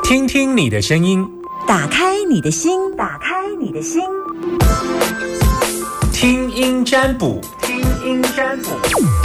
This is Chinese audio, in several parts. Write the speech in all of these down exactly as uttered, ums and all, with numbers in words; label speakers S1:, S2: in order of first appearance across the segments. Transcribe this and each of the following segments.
S1: 听听你的声音，
S2: 打开你的心，打开你的心，
S1: 听音占卜，听音占卜。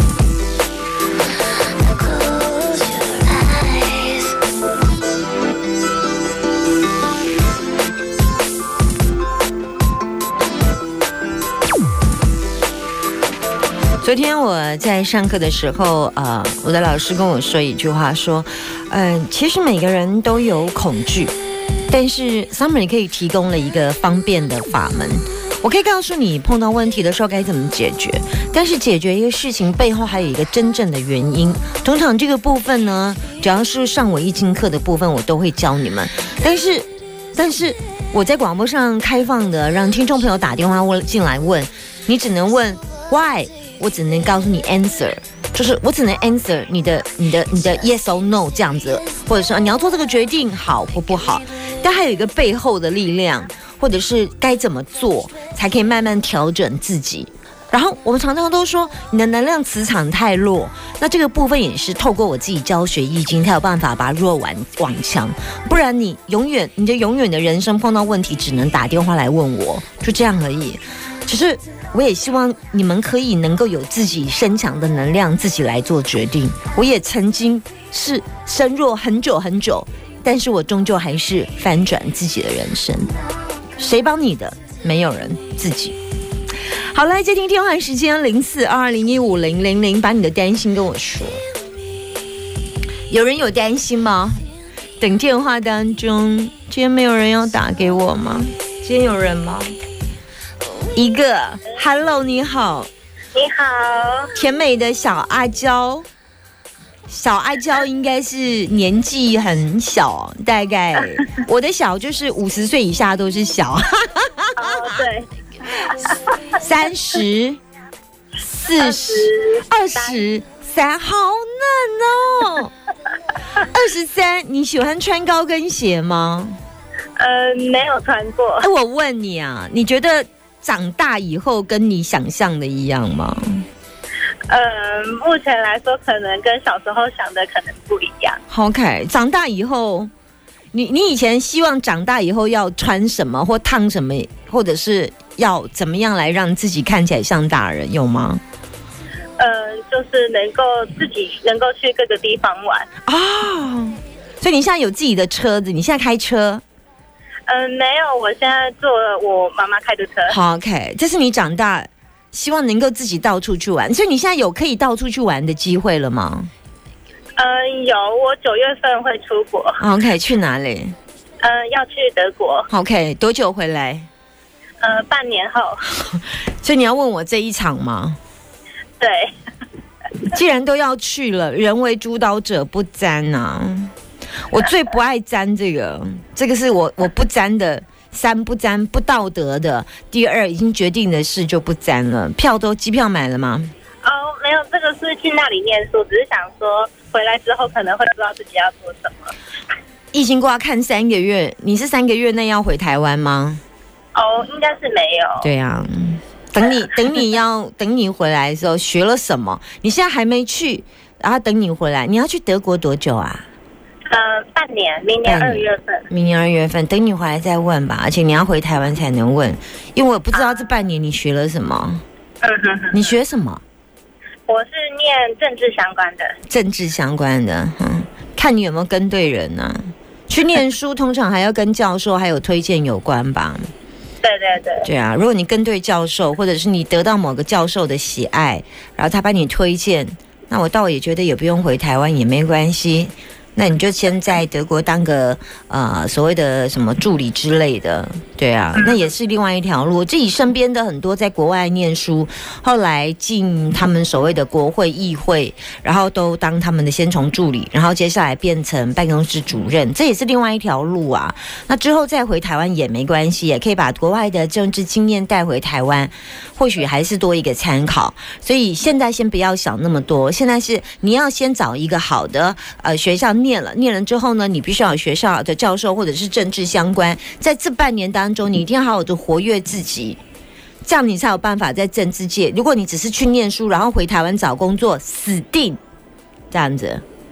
S2: 昨天我在上课的时候，呃，我的老师跟我说一句话，说，嗯、呃，其实每个人都有恐惧，但是 Summer 可以提供了一个方便的法门，我可以告诉你碰到问题的时候该怎么解决，但是解决一个事情背后还有一个真正的原因。通常这个部分呢，只要是上我易经课的部分，我都会教你们，但是，但是我在广播上开放的，让听众朋友打电话进来问，你只能问 why。我只能告诉你 answer， 就是我只能 answer 你的、你的、你的 yes or no 这样子，或者说你要做这个决定好或不好，但还有一个背后的力量，或者是该怎么做才可以慢慢调整自己。然后我们常常都说你的能量磁场太弱，那这个部分也是透过我自己教学易经才有办法把弱往往强，不然你永远你的永远的人生碰到问题只能打电话来问我，就这样而已。只是我也希望你们可以能够有自己身强的能量，自己来做决定。我也曾经是身弱很久很久，但是我终究还是翻转自己的人生。谁帮你的？没有人，自己。好，来接听电话时间零四二二零一五零零零，把你的担心跟我说。有人有担心吗？等电话当中，今天没有人要打给我吗？今天有人吗？一个 ，Hello， 你好，
S3: 你好，
S2: 甜美的小阿娇，小阿娇应该是年纪很小，大概我的小就是五十岁以下都是小，
S3: 哦，对，
S2: 三十、四十、二十三，好嫩哦，二十三，你喜欢穿高跟鞋吗？
S3: 呃，没有穿过。
S2: 哎，我问你啊，你觉得长大以后跟你想象的一样吗？
S3: 呃，目前来说，可能跟小时候想的可能不一样。
S2: OK， 长大以后，你你以前希望长大以后要穿什么，或烫什么，或者是要怎么样来让自己看起来像大人，有吗？
S3: 呃，就是能够自己能够去各个地方玩。
S2: 哦，所以你现在有自己的车子，你现在开车？
S3: 嗯、呃，没有，我现在坐我妈妈开的车。
S2: 好 ，OK， 这是你长大希望能够自己到处去玩，所以你现在有可以到处去玩的机会了吗？
S3: 嗯、呃，有，我九月份会出国。
S2: OK， 去哪里？
S3: 嗯、呃，要去德国。
S2: OK， 多久回来？
S3: 呃，半年后。
S2: 所以你要问我这一场吗？
S3: 对。
S2: 既然都要去了，人为主导者不沾啊。我最不爱沾这个，这个是我我不沾的，三不沾，不道德的。第二，已经决定的事就不沾了。票都机票买了吗？
S3: 哦，没有，这个是去那里念书，只是想说回来之后可能会不知道自己要做什么。
S2: 易经卦看三个月，你是三个月内要回台湾吗？
S3: 哦，应该是没有。
S2: 对啊，等你等你要等你回来的时候学了什么？你现在还没去，然后等你回来，你要去德国多久啊？
S3: 呃，半年，明年二月份。
S2: 明年二月份，等你回来再问吧。而且你要回台湾才能问，因为我不知道这半年你学了什么。
S3: 嗯哼哼。
S2: 你学什么？
S3: 我是念政治相关的。
S2: 政治相关的，嗯，看你有没有跟对人啊。去念书通常还要跟教授还有推荐有关吧？
S3: 对对对。
S2: 对啊，如果你跟对教授，或者是你得到某个教授的喜爱，然后他把你推荐，那我倒也觉得也不用回台湾也没关系。那你就先在德国当个呃所谓的什么助理之类的，对啊，那也是另外一条路。我自己身边的很多在国外念书，后来进他们所谓的国会议会，然后都当他们的先从助理，然后接下来变成办公室主任，这也是另外一条路啊。那之后再回台湾也没关系，也可以把国外的政治经验带回台湾，或许还是多一个参考。所以现在先不要想那么多，现在是你要先找一个好的呃学校念了，念了之后呢，你必须要有学校的教授或者是政治相关，在这半年当中，你一定要好好的活跃自己，这样你才有办法在政治界。如果你只是去念书，然后回台湾找工作，死定这样子。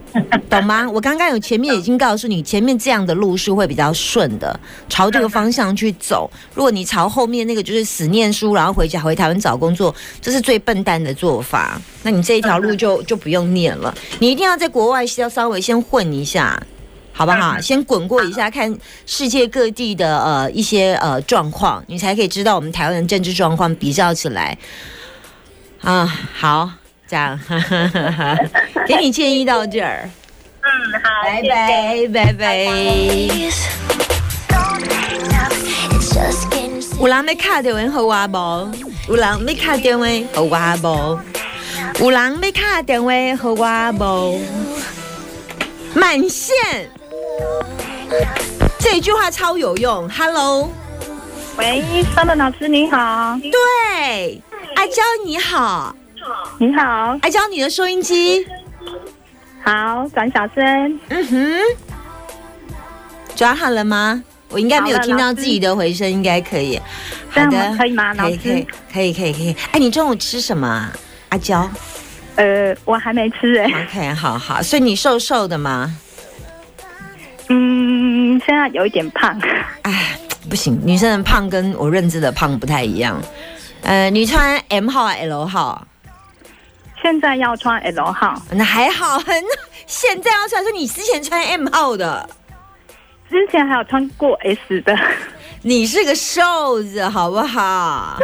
S2: 懂吗？我刚刚有前面已经告诉你，前面这样的路是会比较顺的，朝这个方向去走。如果你朝后面那个就是死念书，然后回家回台湾找工作，这是最笨蛋的做法。那你这一条路就就不用念了，你一定要在国外要稍微先混一下。好不好？先滚过一下，看世界各地的呃一些呃状况，你才可以知道我们台湾的政治状况比较起来啊。好，这样，给你建议到这儿。
S3: 嗯，好，
S2: 拜拜，拜拜。有人要打电话给我无？有人要打电话给我无？有人要打电话给我无？满线。这句话超有用 ，Hello，
S3: 喂，张文老师你好。
S2: 对，阿娇你好，
S3: 你好，
S2: 阿娇你的收音机，
S3: 好，转小声。
S2: 嗯哼，转好了吗？我应该没有听到自己的回声，应该可以。好的，
S3: 可以吗？老师，
S2: 可以，可以，可以，可以。哎，你中午吃什么啊？阿娇？
S3: 呃，我还没吃哎、
S2: 欸。OK， 好好，所以你瘦瘦的吗？
S3: 嗯，现在有一点胖。
S2: 哎，不行，女生的胖跟我认知的胖不太一样。呃，你穿 M 号还是 L 号？
S3: 现在要穿 L 号。
S2: 那还好，很现在要穿，说你之前穿 M 号的，
S3: 之前还有穿过 S 的。
S2: 你是个瘦子，好不好？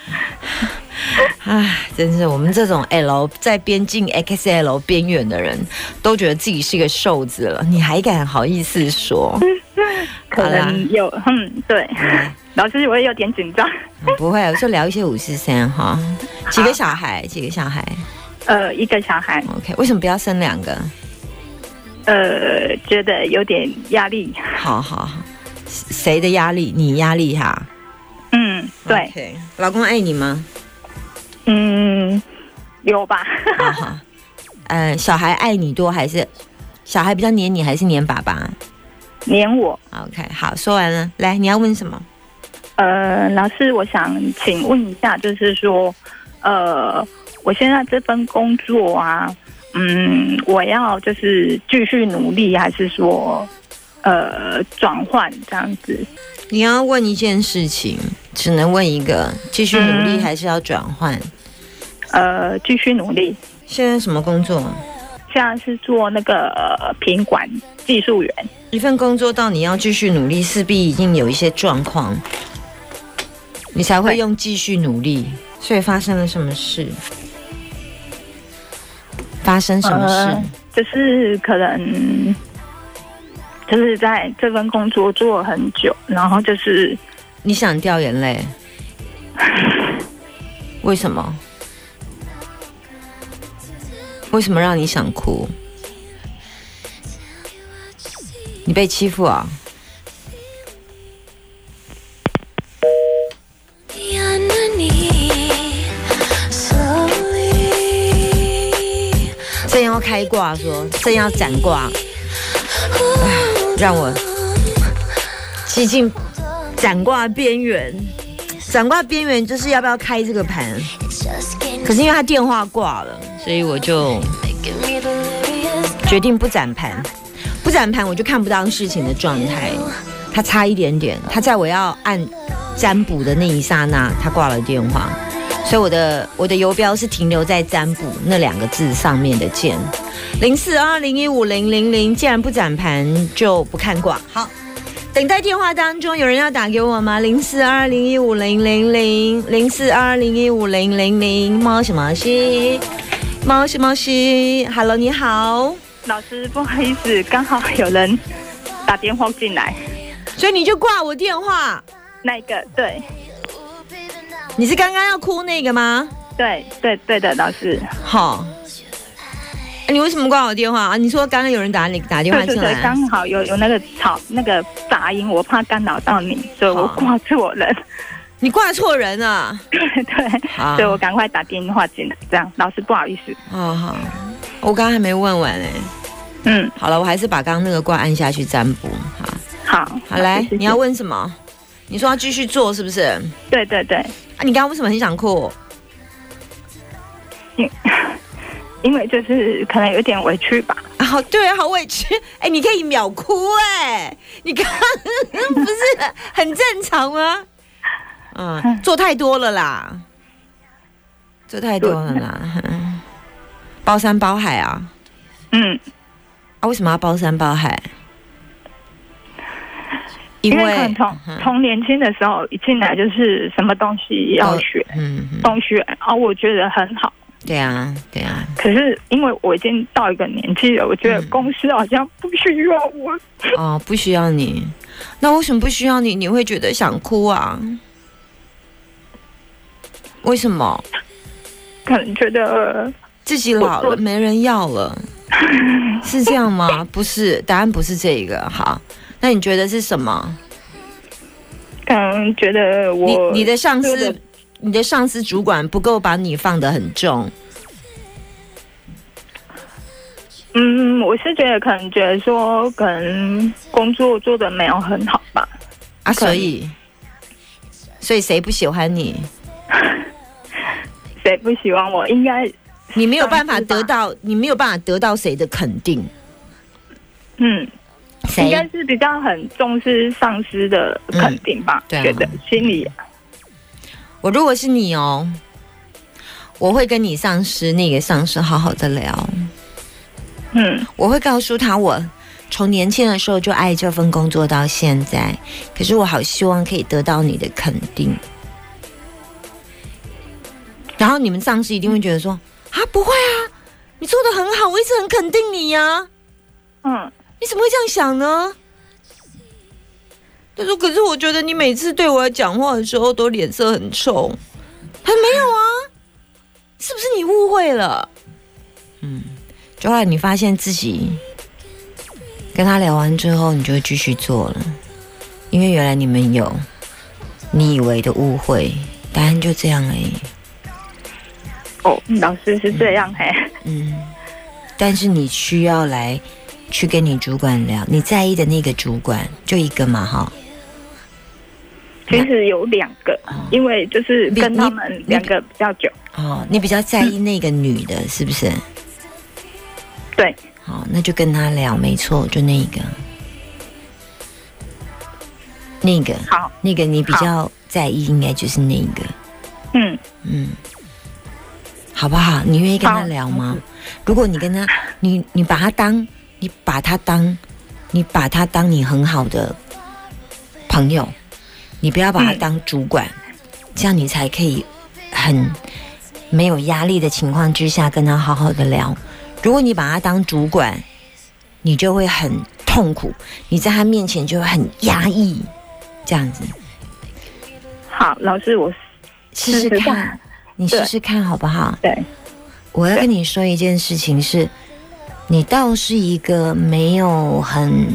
S2: 唉，真是我们这种 L 在边境 X L 边缘的人，都觉得自己是个瘦子了，你还敢好意思说？
S3: 可能有，嗯，对。老师，我也有点紧张。
S2: 不会，有时候聊一些五四三哈。几个小孩？几个小孩？
S3: 呃，一个小孩。
S2: OK， 为什么不要生两个？
S3: 呃，觉得有点压力。
S2: 好好好，谁的压力？你压力哈？
S3: 嗯，对。
S2: Okay. 老公爱你吗？
S3: 嗯，有吧。
S2: 好好，呃，小孩爱你多还是小孩比较黏你，还是黏爸爸？
S3: 黏我。
S2: OK， 好，说完了，来，你要问什么？
S3: 呃，老师，我想请问一下，就是说，呃，我现在这份工作啊，嗯，我要就是继续努力，还是说，呃，转换这样子？
S2: 你要问一件事情，只能问一个：继续努力还是要转换？
S3: 呃，继续努力。
S2: 现在什么工作？
S3: 现在是做那个呃品管技术员。
S2: 一份工作到你要继续努力，势必已经有一些状况，你才会用继续努力。所以发生了什么事？发生什么事？呃、
S3: 就是可能。就是在这份工作做了很久，然后就是
S2: 你想掉眼泪，为什么？为什么让你想哭？你被欺负啊？正要开挂说，正要斩挂。让我接近斩挂边缘，斩挂边缘就是要不要开这个盘？可是因为他电话挂了，所以我就决定不斩盘。不斩盘，我就看不到事情的状态。他差一点点，他在我要按占卜的那一刹那，他挂了电话，所以我的我的游标是停留在占卜那两个字上面的键。零四二零一五零零零，既然不展盘就不看卦。好，等待电话当中有人要打给我吗？零四二零一五零零零，零四二零一五零零零，猫什么西？猫是猫西 ，Hello， 你好，
S3: 老师，不好意思，刚好有人打电话进来，
S2: 所以你就挂我电话。
S3: 那个对，
S2: 你是刚刚要哭那个吗？
S3: 对对对的，老师。
S2: 好。你为什么挂我电话啊？你说刚刚有人打你打电话进来，
S3: 对对对，刚好有有那个吵那个杂音，我怕干扰到你，所以我挂错人。
S2: 你挂错人啊？
S3: 对对，所以我赶快打电话进来，这样老师不好意思。
S2: 哦好，我刚刚还没问完哎。
S3: 嗯，
S2: 好了，我还是把刚刚那个卦按下去占卜。好，
S3: 好，
S2: 好来，谢谢，你要问什么？你说要继续做是不是？
S3: 对对对。
S2: 啊，你刚刚为什么很想哭？
S3: 因因为就是可能有点委屈吧。
S2: 啊好对，好委屈。哎，你可以秒哭哎，你看不是很正常吗？嗯，做太多了啦，做太多了啦，嗯，包山包海啊，
S3: 嗯，
S2: 啊，为什么要包山包海？因
S3: 为从从年轻的时候一进来就是什么东西要学，嗯，东学啊，我觉得很好。
S2: 对啊，对啊。
S3: 可是因为我已经到一个年纪了，我觉得公司好像不需要我。
S2: 哦，不需要你，那为什么不需要你？你会觉得想哭啊？为什么？
S3: 可能觉得
S2: 自己老了，没人要了，是这样吗？不是，答案不是这个。好。那你觉得是什么？
S3: 可能觉得我
S2: 你你的上司，你的上司主管不够把你放得很重。
S3: 嗯，我是觉得可能觉得说，可能工作做得没有很好吧。
S2: 啊，所以，所以谁不喜欢你？
S3: 谁不喜欢我？应该
S2: 你没有办法得到，你没有办法得到谁的肯定。
S3: 嗯。应该是比较很重视上司的肯定吧，嗯啊、觉得心里、啊。
S2: 我如果是你哦，我会跟你上司那个上司好好的聊。嗯，我会告诉他，我从年轻的时候就爱这份工作到现在，可是我好希望可以得到你的肯定。然后你们上司一定会觉得说啊，不会啊，你做得很好，我一直很肯定你呀、啊。嗯。你怎么会这样想呢？他说：“可是我觉得你每次对我讲话的时候都脸色很臭。”他说：“没有啊，是不是你误会了？”嗯，就后来你发现自己跟他聊完之后，你就会继续做了，因为原来你们有你以为的误会，答案就这样而已。
S3: 哦，老师是这样嘿。
S2: 嗯，但是你需要来。去跟你主管聊，你在意的那个主管就一个嘛，哈。
S3: 其实有两个、哦，因为就是跟他们两个比较久。
S2: 哦，你比较在意那个女的，嗯、是不是？
S3: 对。
S2: 好，那就跟他聊，没错，就那个，那个，
S3: 好，
S2: 那个你比较在意，应该就是那个。嗯嗯，好不好？你愿意跟他聊吗？如果你跟他，你你把他当。你把他当，你把他当你很好的朋友，你不要把他当主管，嗯、这样你才可以很没有压力的情况之下跟他好好的聊。如果你把他当主管，你就会很痛苦，你在他面前就会很压抑，这样子。
S3: 好，老师，我
S2: 试试看，你试试看好不好？
S3: 对，
S2: 我要跟你说一件事情是。你倒是一个没有很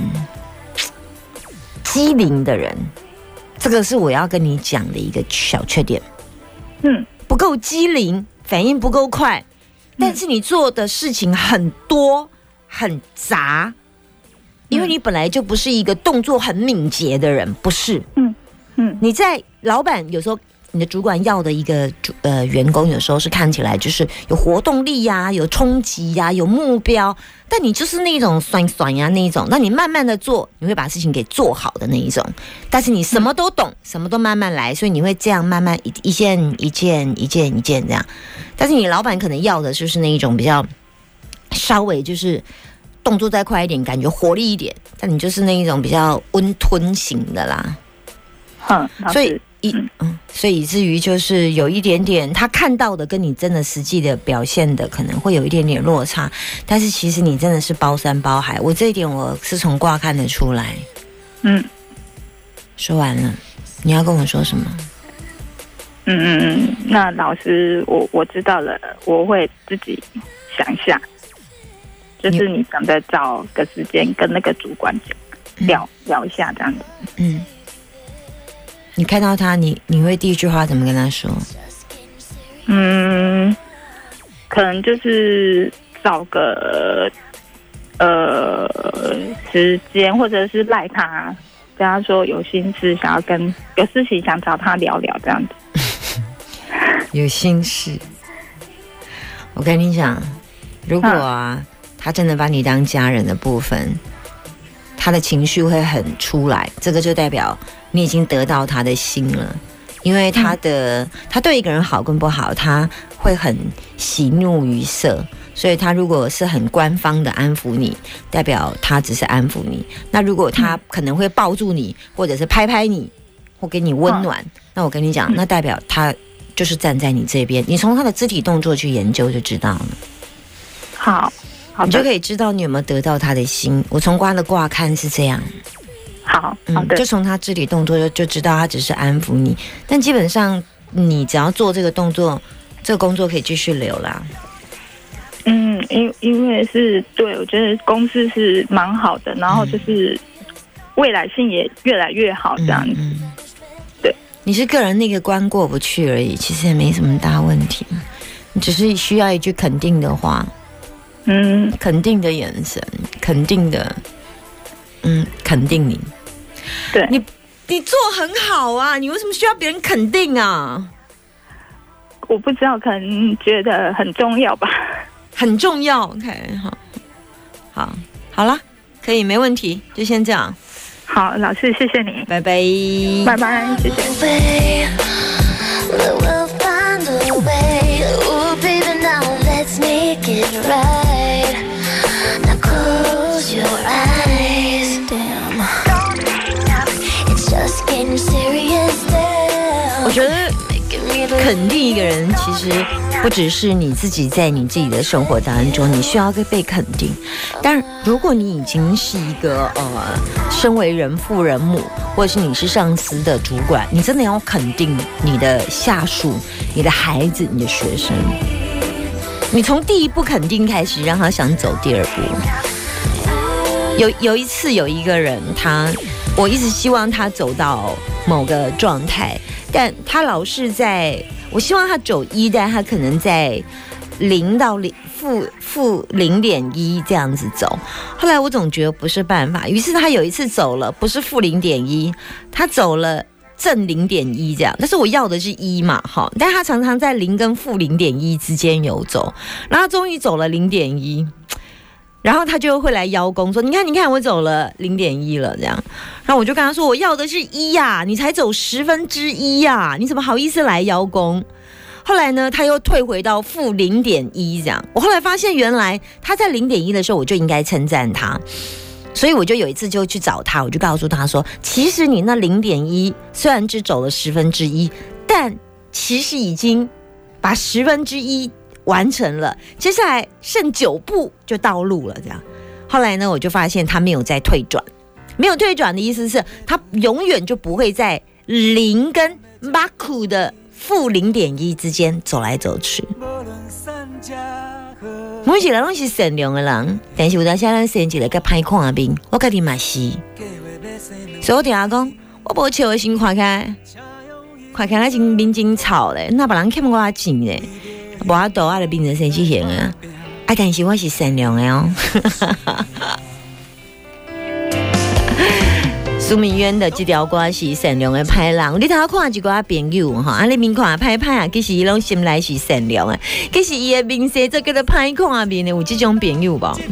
S2: 机灵的人，这个是我要跟你讲的一个小缺点。嗯，不够机灵，反应不够快，但是你做的事情很多很杂，因为你本来就不是一个动作很敏捷的人，不是？嗯嗯，你在老板有时候。你的主管要的一个呃员工，有时候是看起来就是有活动力呀、啊，有冲击呀、啊，有目标，但你就是那种酸酸呀那一种，那你慢慢的做，你会把事情给做好的那一种。但是你什么都懂，嗯、什么都慢慢来，所以你会这样慢慢一一件一件一件一件这样。但是你老板可能要的就是那一种比较稍微就是动作再快一点，感觉活力一点，但你就是那一种比较温吞型的啦。
S3: 嗯，
S2: 所以。一嗯，所以以至于就是有一点点他看到的跟你真的实际的表现的可能会有一点点落差，但是其实你真的是包山包海，我这一点我是从卦看得出来。嗯，说完了，你要跟我说什么？
S3: 嗯嗯嗯，那老师我我知道了，我会自己想一下，就是你想再找个时间跟那个主管讲聊、嗯、聊一下这样子。嗯。
S2: 你看到他，你你会第一句话怎么跟他说？
S3: 嗯，可能就是找个呃时间，或者是赖他，跟他说有心事想要跟有事情想找他聊聊这样子。
S2: 有心事，我跟你讲，如果啊、嗯、 他真的把你当家人的部分，他的情绪会很出来，这个就代表你已经得到他的心了。因为他的、嗯、他对一个人好跟不好，他会很喜怒于色，所以他如果是很官方的安抚你，代表他只是安抚你。那如果他可能会抱住你，或者是拍拍你，或给你温暖，嗯、那我跟你讲，那代表他就是站在你这边。你从他的肢体动作去研究就知道了。
S3: 好，好的，
S2: 你就可以知道你有没有得到他的心。我从他的卦看是这样。
S3: 好，好的，
S2: 嗯、就从他肢体动作 就, 就知道他只是安抚你，但基本上你只要做这个动作，这个工作可以继续留啦。
S3: 嗯，因因为是对，我觉得公司是蛮好的，然后就是未来性也越来越好这样子。嗯嗯、对，
S2: 你是个人那个关过不去而已，其实也没什么大问题，你只是需要一句肯定的话，嗯，肯定的眼神，肯定的，嗯，肯定你。
S3: 对，
S2: 你你做很好啊，你为什么需要别人肯定啊？
S3: 我不知道，可能觉得很重要吧。
S2: 很重要 ，OK， 好，好，好了，可以，没问题，就先这样。
S3: 好，老师，谢谢你，
S2: 拜拜，
S3: 拜拜，谢谢。
S2: 我觉得肯定一个人，其实不只是你自己在你自己的生活当中，你需要被肯定。但如果你已经是一个呃，身为人父人母，或者是你是上司的主管，你真的要肯定你的下属、你的孩子、你的学生。你从第一步肯定开始，让他想走第二步。有有一次有一个人，他我一直希望他走到某个状态，但他老是在，我希望他走一，但他可能在零到零负负零点一这样子走。后来我总觉得不是办法，于是他有一次走了，不是负零点一，他走了正零点一这样。但是我要的是一嘛，哈，但他常常在零跟负零点一之间游走，然后终于走了零点一。然后他就会来邀功说，你看你看我走了零点一了这样。然后我就跟他说，我要的是一呀、啊，你才走十分之一呀，你怎么好意思来邀功？后来呢，他又退回到负零点一这样。我后来发现，原来他在零点一的时候，我就应该称赞他。所以我就有一次就去找他，我就告诉他说，其实你那零点一虽然只走了十分之一，但其实已经把十分之一完成了，接下来剩九步就到路了这样。后来呢，我就发现他没有再退转，没有退转的意思是他永远就不会在零跟马库的负零点一之间走来走去。每一个人都是善良的人，但是有当时咱生一个较歹看的面，我家己嘛是。所以我听他讲，我无笑的心看起来，看起来真面真臭咧，那别人欠我钱咧。无法度，我就变成生气型啊！啊，但是我是善良的哦。苏明渊的这条歌是善良的歹人，你头看一个朋友哈，啊，你面看歹歹啊，其实伊拢心内是善良的，其实伊的面色做叫做歹看面的，有这种朋友无？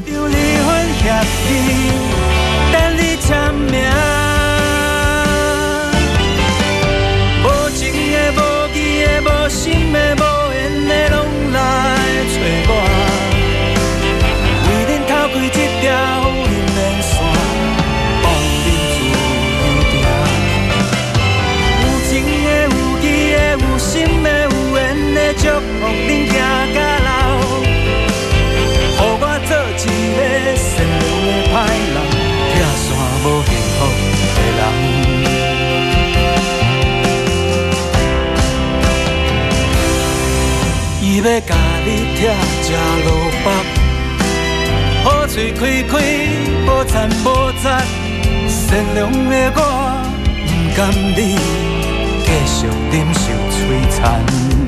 S4: 伊要甲你拆吃萝卜，好嘴开开，无惨无惨。善良的我，不甘你继续忍受摧残。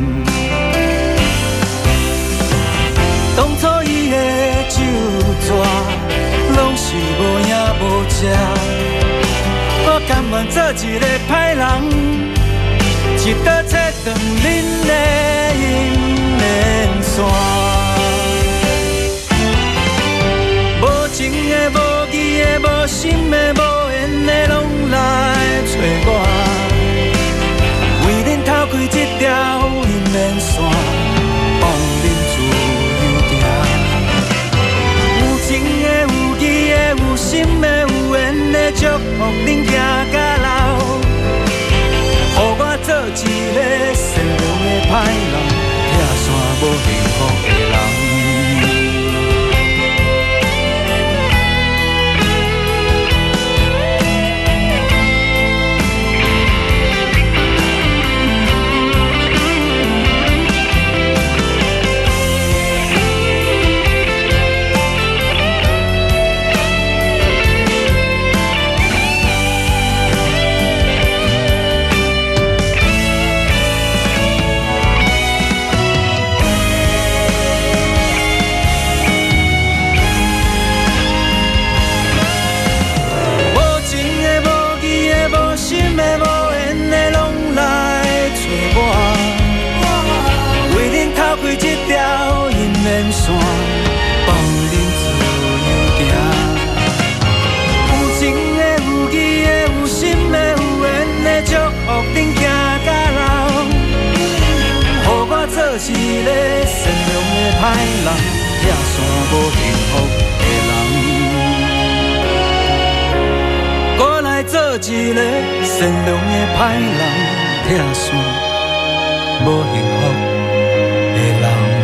S4: 当初伊的酒纸，拢是无影无食，我甘愿做一个歹人，一刀切断恁的姻缘线。 心的无缘的拢来找我，为恁偷开这条姻缘线，放恁自由行。有情的、有义的、有心的、有缘的，祝福恁行到老，予我做一个善良的歹人，拆散无幸福的人。线，放恁自由行。有情的、有义的、有心的、有缘的，祝福恁行到老。予我做一个善良的歹人，拆散无幸福的人。我来做一个善良的歹人，拆散无幸福的人。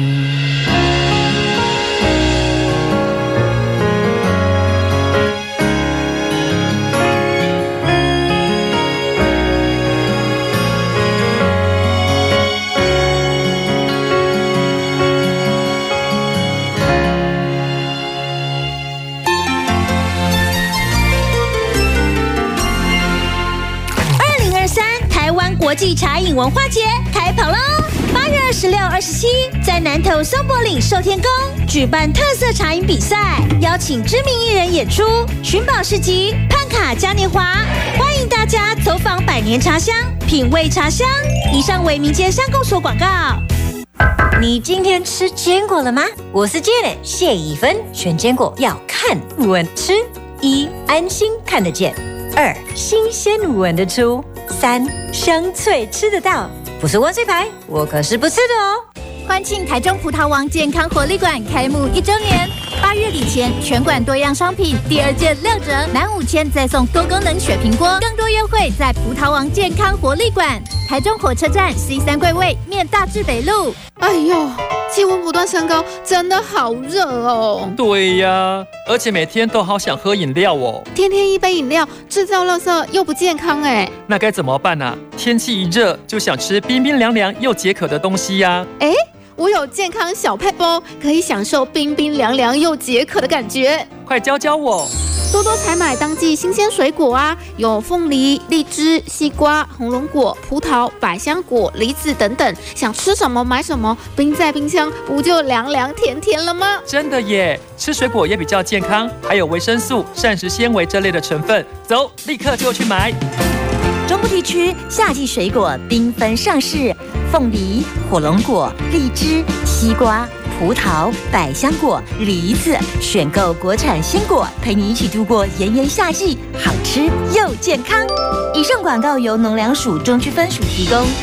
S5: 国际茶饮文化节开跑喽！八月二十六、二十七，在南投松柏岭寿天宫举办特色茶饮比赛，邀请知名艺人演出，寻宝市集、胖卡嘉年华，欢迎大家走访百年茶香，品味茶香。以上为民间乡公所广告。
S6: 你今天吃坚果了吗？我是 Janet 谢怡芬，选坚果要看闻吃，一安心看得见，二新鲜闻得出。三香脆吃得到，不是万岁牌，我可是不吃的哦。
S5: 欢庆台中葡萄王健康活力馆开幕一周年，八月底前全馆多样商品第二件六折，满五千再送多功能雪平锅，更多优惠在葡萄王健康活力馆。台中火车站 C 三柜位面大智北路。
S7: 哎呦，气温不断升高，真的好热哦。
S8: 对呀，而且每天都好想喝饮料哦。
S7: 天天一杯饮料，制造垃圾又不健康哎。
S8: 那该怎么办啊？天气一热就想吃冰冰凉凉又解渴的东西呀。
S7: 哎，我有健康小撇步，可以享受冰冰凉凉又解渴的感觉。
S8: 快教教我。
S7: 多多采买当季新鲜水果啊，有凤梨、荔枝、西瓜、红龙果、葡萄、百香果、梨子等等，想吃什么买什么，冰在冰箱不就凉凉甜甜了吗？
S8: 真的耶，吃水果也比较健康，还有维生素、膳食纤维这类的成分。走，立刻就去买。
S2: 中部地区夏季水果缤纷上市，凤梨、火龙果、荔枝、西瓜、葡萄、百香果、梨子，选购国产鲜果，陪你一起度过炎炎夏季，好吃又健康。以上广告由农粮署中区分署提供。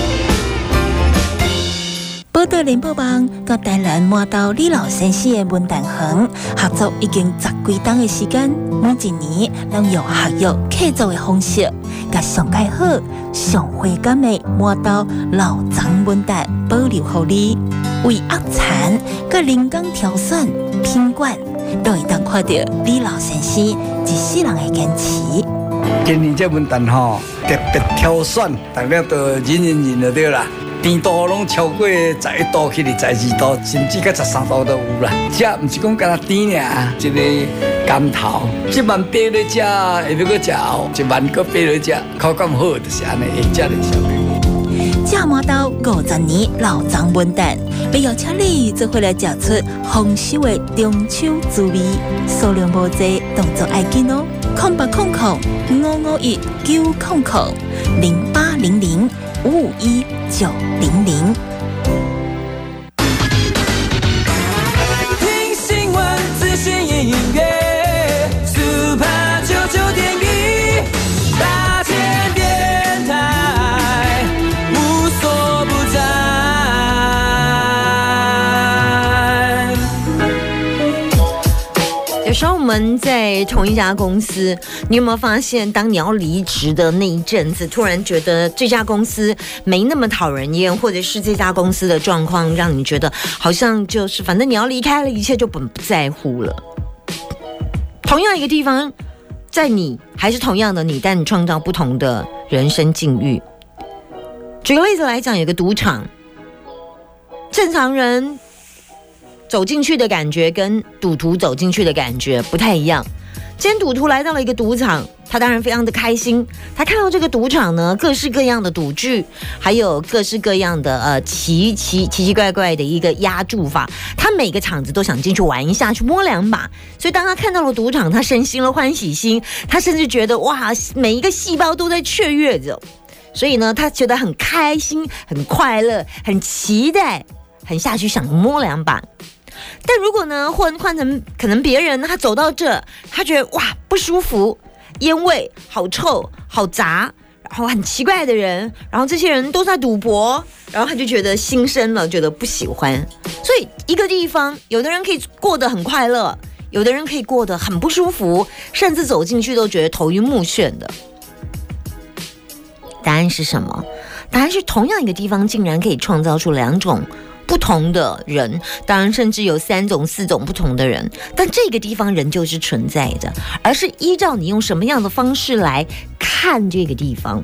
S9: 报道联播网甲台南麻豆李老先生的文旦园合作已经十几档的时间，每一年拢用合约客座的方式，甲上介好、上回甘的麻豆老长文旦保留予你，为压产、甲人工挑选、品管，都会当看到李老先生一世人的坚持。
S10: 今年这文旦吼特别挑选，大家都忍忍忍就对啦。甜度拢超过十一度去到十二度，甚至到十三度都有啦。这唔是讲干那甜尔，一个甘头，一万八来食，下要搁食后，一万搁八来食，口感好就是安尼，会食的小朋友。
S9: 这麻豆五十年老长文旦，要邀请你做回来食出丰收的中秋滋味，数量无济，动作要紧哦。空八空空五五一九空空零八零零五五一九零零。
S4: 听新闻，资讯音乐 ，Super
S2: 们在同一家公司，你有没有发现，当你要离职的那一阵子，突然觉得这家公司没那么讨人厌，或者是这家公司的状况让你觉得好像就是反正你要离开了，一切就不不在乎了。同样一个地方，在你还是同样的你，但你创造不同的人生境遇。举个例子来讲，有个赌场，正常人走进去的感觉跟赌徒走进去的感觉不太一样。今天赌徒来到了一个赌场，他当然非常的开心。他看到这个赌场呢，各式各样的赌具，还有各式各样的呃奇奇奇奇怪怪的一个押注法，他每个场子都想进去玩一下，去摸两把。所以当他看到了赌场，他身心了欢喜心，他甚至觉得哇，每一个细胞都在雀跃着。所以呢，他觉得很开心、很快乐、很期待，很下去想摸两把。但如果呢，换换成可能别人，他走到这，他觉得哇不舒服，烟味好臭、好杂，然后很奇怪的人，然后这些人都在赌博，然后他就觉得心生了，觉得不喜欢。所以一个地方，有的人可以过得很快乐，有的人可以过得很不舒服，甚至走进去都觉得头晕目眩的。答案是什么？答案是同样一个地方竟然可以创造出两种不同的人，当然甚至有三种四种不同的人，但这个地方仍旧是存在的，而是依照你用什么样的方式来看这个地方。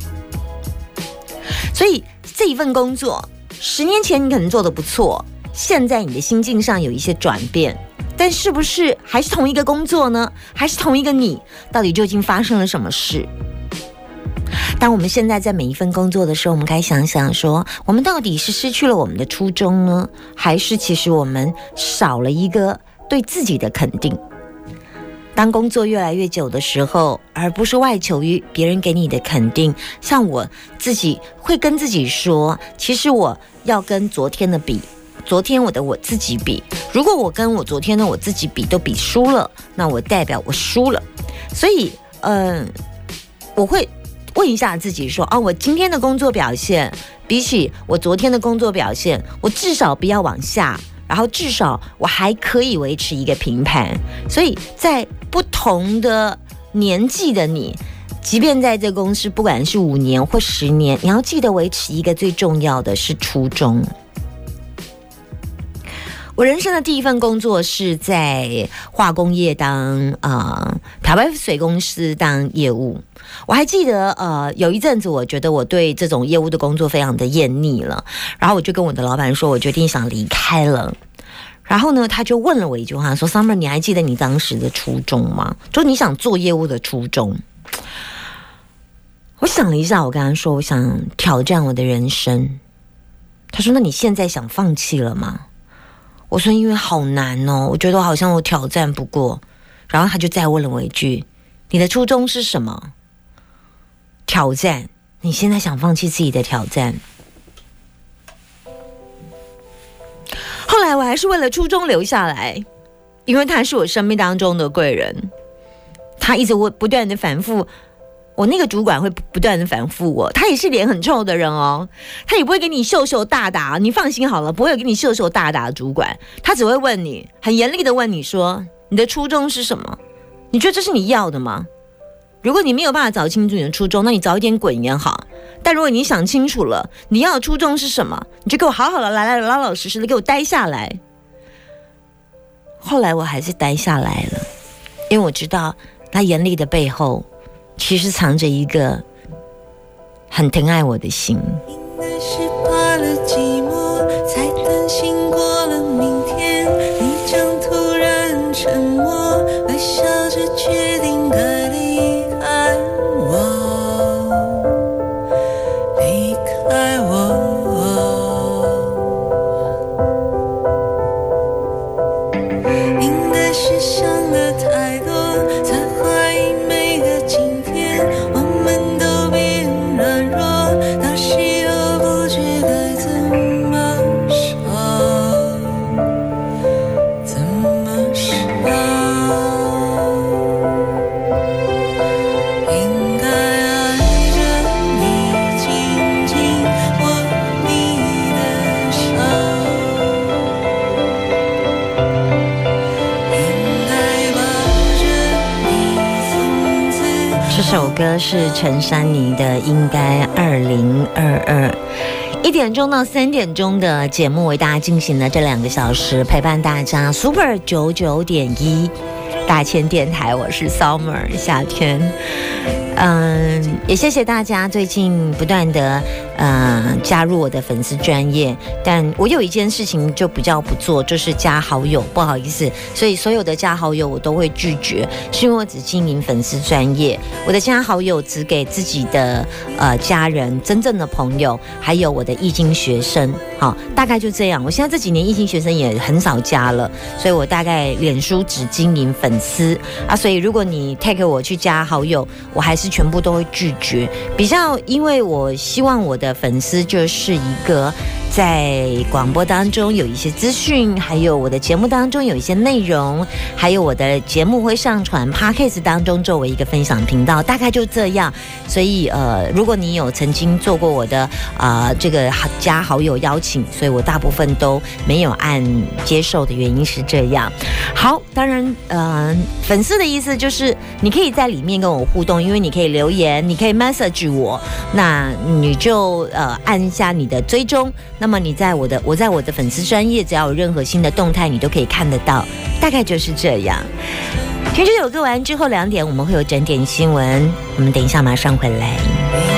S2: 所以这一份工作十年前你可能做得不错，现在你的心境上有一些转变，但是不是还是同一个工作呢？还是同一个你？到底究竟发生了什么事？当我们现在在每一份工作的时候，我们该想想说，我们到底是失去了我们的初衷呢，还是其实我们少了一个对自己的肯定？当工作越来越久的时候，而不是外求于别人给你的肯定，像我自己会跟自己说，其实我要跟昨天的比，昨天我的我自己比，如果我跟我昨天的我自己比都比输了，那我代表我输了。所以嗯，我会问一下自己说，哦，我今天的工作表现比起我昨天的工作表现，我至少不要往下，然后至少我还可以维持一个平盘。所以在不同的年纪的你，即便在这公司不管是五年或十年，你要记得维持一个最重要的是初衷。我人生的第一份工作是在化工业当呃漂白水公司当业务。我还记得呃有一阵子我觉得我对这种业务的工作非常的厌腻了，然后我就跟我的老板说，我决定想离开了。然后呢，他就问了我一句话，说 Summer 你还记得你当时的初衷吗？就你想做业务的初衷。我想了一下，我跟他说我想挑战我的人生。他说那你现在想放弃了吗？我说因为好难哦，我觉得好像我挑战不过。然后他就再问了我一句，你的初衷是什么？挑战，你现在想放弃自己的挑战？后来我还是为了初衷留下来，因为他是我生命当中的贵人，他一直会不断的反复，我那个主管会不断的反复我，他也是脸很臭的人哦，他也不会给你秀秀大打，你放心好了，不会给你秀秀大打的主管，他只会问你，很严厉的问你说，你的初衷是什么？你觉得这是你要的吗？如果你没有办法找清楚你的初衷，那你早一点滚也好。但如果你想清楚了，你要的初衷是什么，你就给我好好的来来老老实实的给我待下来。后来我还是待下来了，因为我知道他严厉的背后其实藏着一个很疼爱我的心。
S11: 应该是怕了寂寞，才担心过了明天，你将突然沉默，微笑着决定该离开我，离开我。应该是想的太多，才怀疑每个今天，我们都变软弱，当时又不知该怎么说，怎么说。
S2: 这首歌是陈珊妮的《应该二零二二》。一点钟到三点钟的节目为大家进行了这两个小时，陪伴大家 Super 九九点一大千电台，我是 Summer 夏天。嗯，也谢谢大家最近不断的呃加入我的粉丝专页，但我有一件事情就比较不做，就是加好友，不好意思，所以所有的加好友我都会拒绝，是因为我只经营粉丝专页，我的加好友只给自己的呃家人、真正的朋友，还有我的易经学生，好，大概就这样。我现在这几年易经学生也很少加了，所以我大概脸书只经营粉丝啊，所以如果你 tag 我去加好友，我还是全部都会拒绝，比较因为我希望我的粉丝就是一个在广播当中有一些资讯，还有我的节目当中有一些内容，还有我的节目会上传 Podcast 当中作为一个分享频道，大概就这样。所以呃，如果你有曾经做过我的啊、呃、这个加好友邀请，所以我大部分都没有按接受的原因是这样。好，当然呃，粉丝的意思就是你可以在里面跟我互动，因为你可以留言，你可以 message 我，那你就呃按一下你的追踪。那么你在我的我在我的粉丝专页，只要有任何新的动态，你都可以看得到，大概就是这样。听这首歌完之后两点，我们会有整点新闻，我们等一下马上回来。